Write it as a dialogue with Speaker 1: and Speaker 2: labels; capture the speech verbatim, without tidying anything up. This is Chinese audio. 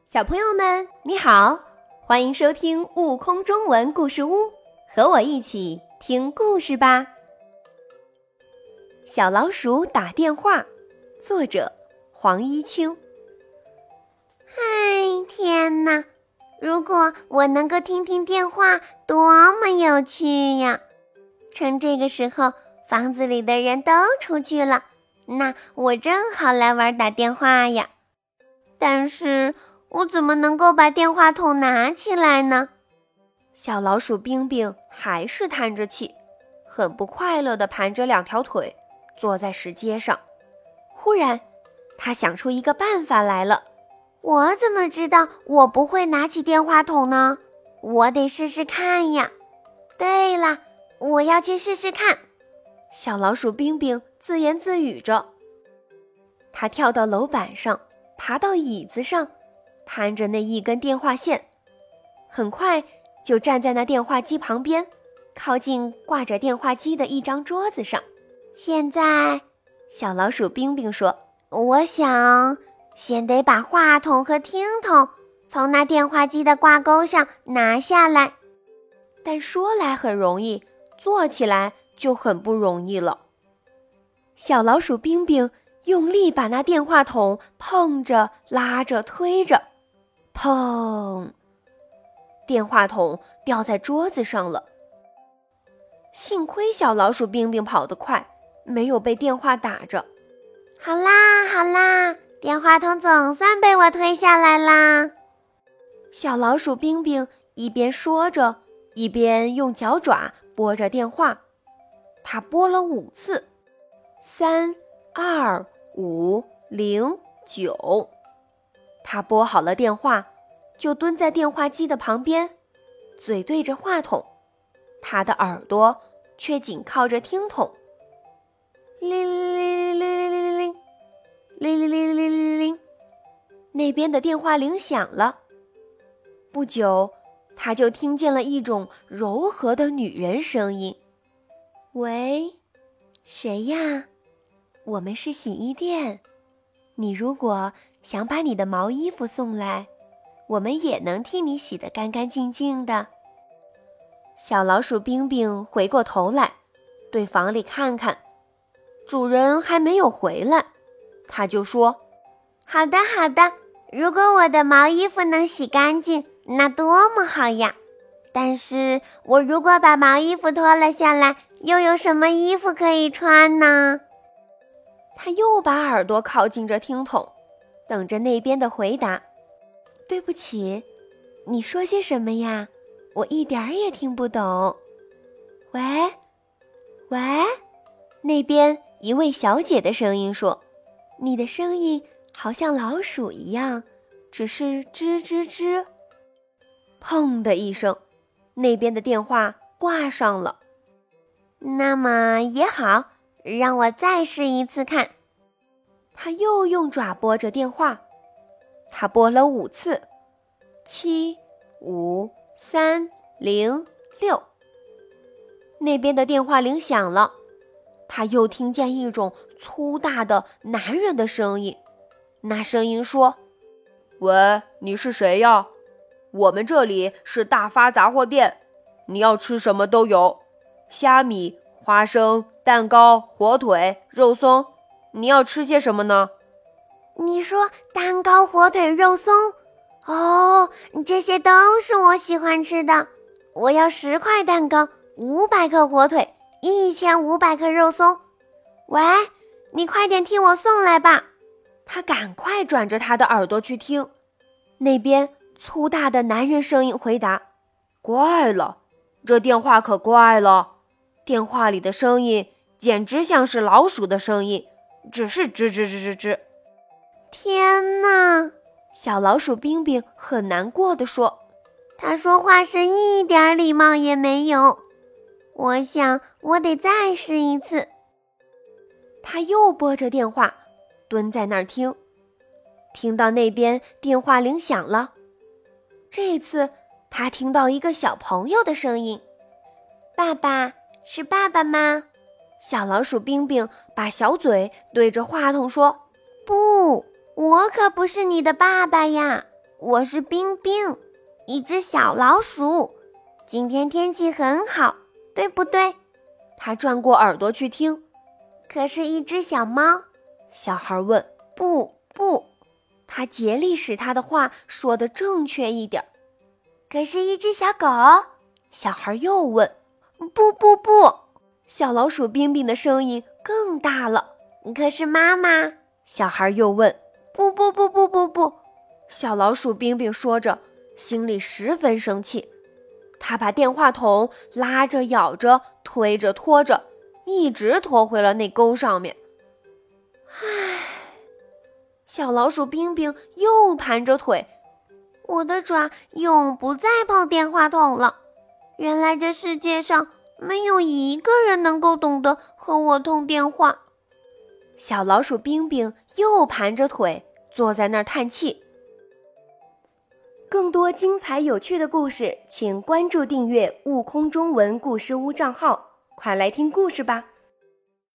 Speaker 1: 小朋友们，你好，欢迎收听悟空中文故事屋，和我一起听故事吧。小老鼠打电话，作者黄一清。
Speaker 2: 哎，天哪！如果我能够听听电话，多么有趣呀！趁这个时候，房子里的人都出去了，那我正好来玩打电话呀。但是我怎么能够把电话筒拿起来呢？
Speaker 1: 小老鼠冰冰还是叹着气，很不快乐地盘着两条腿，坐在石阶上。忽然，他想出一个办法来了。
Speaker 2: 我怎么知道我不会拿起电话筒呢？我得试试看呀。对了，我要去试试看。
Speaker 1: 小老鼠冰冰自言自语着。他跳到楼板上，爬到椅子上，攀着那一根电话线，很快就站在那电话机旁边，靠近挂着电话机的一张桌子上。
Speaker 2: 现在，
Speaker 1: 小老鼠冰冰说，
Speaker 2: 我想先得把话筒和听筒从那电话机的挂钩上拿下来。
Speaker 1: 但说来很容易，做起来就很不容易了。小老鼠冰冰用力把那电话筒碰着、拉着、推着，砰！电话筒掉在桌子上了。幸亏小老鼠冰冰跑得快，没有被电话打着。
Speaker 2: 好啦好啦，电话筒总算被我推下来啦。
Speaker 1: 小老鼠冰冰一边说着，一边用脚爪拨着电话。它拨了五次，三、二、五、零、九。他拨好了电话，就蹲在电话机的旁边，嘴对着话筒，他的耳朵却紧靠着听筒。铃铃铃铃铃铃铃，铃铃铃铃铃铃，那边的电话铃响了。不久，他就听见了一种柔和的女人声音：“喂，谁呀？我们是洗衣店。你如果想把你的毛衣服送来，我们也能替你洗得干干净净的。”小老鼠冰冰回过头来，对房里看看，主人还没有回来，他就说：“
Speaker 2: 好的好的，如果我的毛衣服能洗干净，那多么好呀！但是我如果把毛衣服脱了下来，又有什么衣服可以穿呢？”
Speaker 1: 他又把耳朵靠近着听筒，等着那边的回答。对不起，你说些什么呀？我一点儿也听不懂。喂，喂，那边一位小姐的声音说：“你的声音好像老鼠一样，只是吱吱吱。”砰的一声，那边的电话挂上了。
Speaker 2: 那么也好，让我再试一次看。
Speaker 1: 他又用爪拨着电话，他拨了五次，七、五、三、零、六。那边的电话铃响了，他又听见一种粗大的男人的声音。那声音说：“
Speaker 3: 喂，你是谁呀？我们这里是大发杂货店，你要吃什么都有，虾米、花生、蛋糕、火腿、肉松，你要吃些什么呢？”
Speaker 2: 你说蛋糕、火腿、肉松？哦，这些都是我喜欢吃的。我要十块蛋糕，五百克火腿，一千五百克肉松。喂，你快点替我送来吧。
Speaker 1: 他赶快转着他的耳朵去听，那边粗大的男人声音回答：“
Speaker 3: 怪了，这电话可怪了。电话里的声音简直像是老鼠的声音，只是吱吱吱吱吱。”
Speaker 2: 天哪！
Speaker 1: 小老鼠冰冰很难过地说：“
Speaker 2: 他说话是一点礼貌也没有。我想我得再试一次。”
Speaker 1: 他又拨着电话，蹲在那儿听，听到那边电话铃响了。这次他听到一个小朋友的声音：“
Speaker 2: 爸爸，是爸爸吗？”
Speaker 1: 小老鼠冰冰把小嘴对着话筒说：“
Speaker 2: 不，我可不是你的爸爸呀。” 我是冰冰，一只小老鼠。今天天气很好，对不对？
Speaker 1: 他转过耳朵去听。
Speaker 2: 可是，一只小猫，
Speaker 1: 小孩问。
Speaker 2: 不不，
Speaker 1: 他竭力使他的话说得正确一点。
Speaker 2: 可是，一只小狗，
Speaker 1: 小孩又问。
Speaker 2: 不不不，
Speaker 1: 小老鼠冰冰的声音更大了。
Speaker 2: 可是妈妈，
Speaker 1: 小孩又问。
Speaker 2: 不不不不不不，
Speaker 1: 小老鼠冰冰说着，心里十分生气。他把电话筒拉着、咬着、推着、拖着，一直拖回了那沟上面。唉，小老鼠冰冰又盘着腿，
Speaker 2: 我的爪永不再碰电话筒了。原来这世界上没有一个人能够懂得和我通电话。
Speaker 1: 小老鼠冰冰又盘着腿，坐在那儿叹气。更多精彩有趣的故事，请关注订阅悟空中文故事屋账号，快来听故事吧。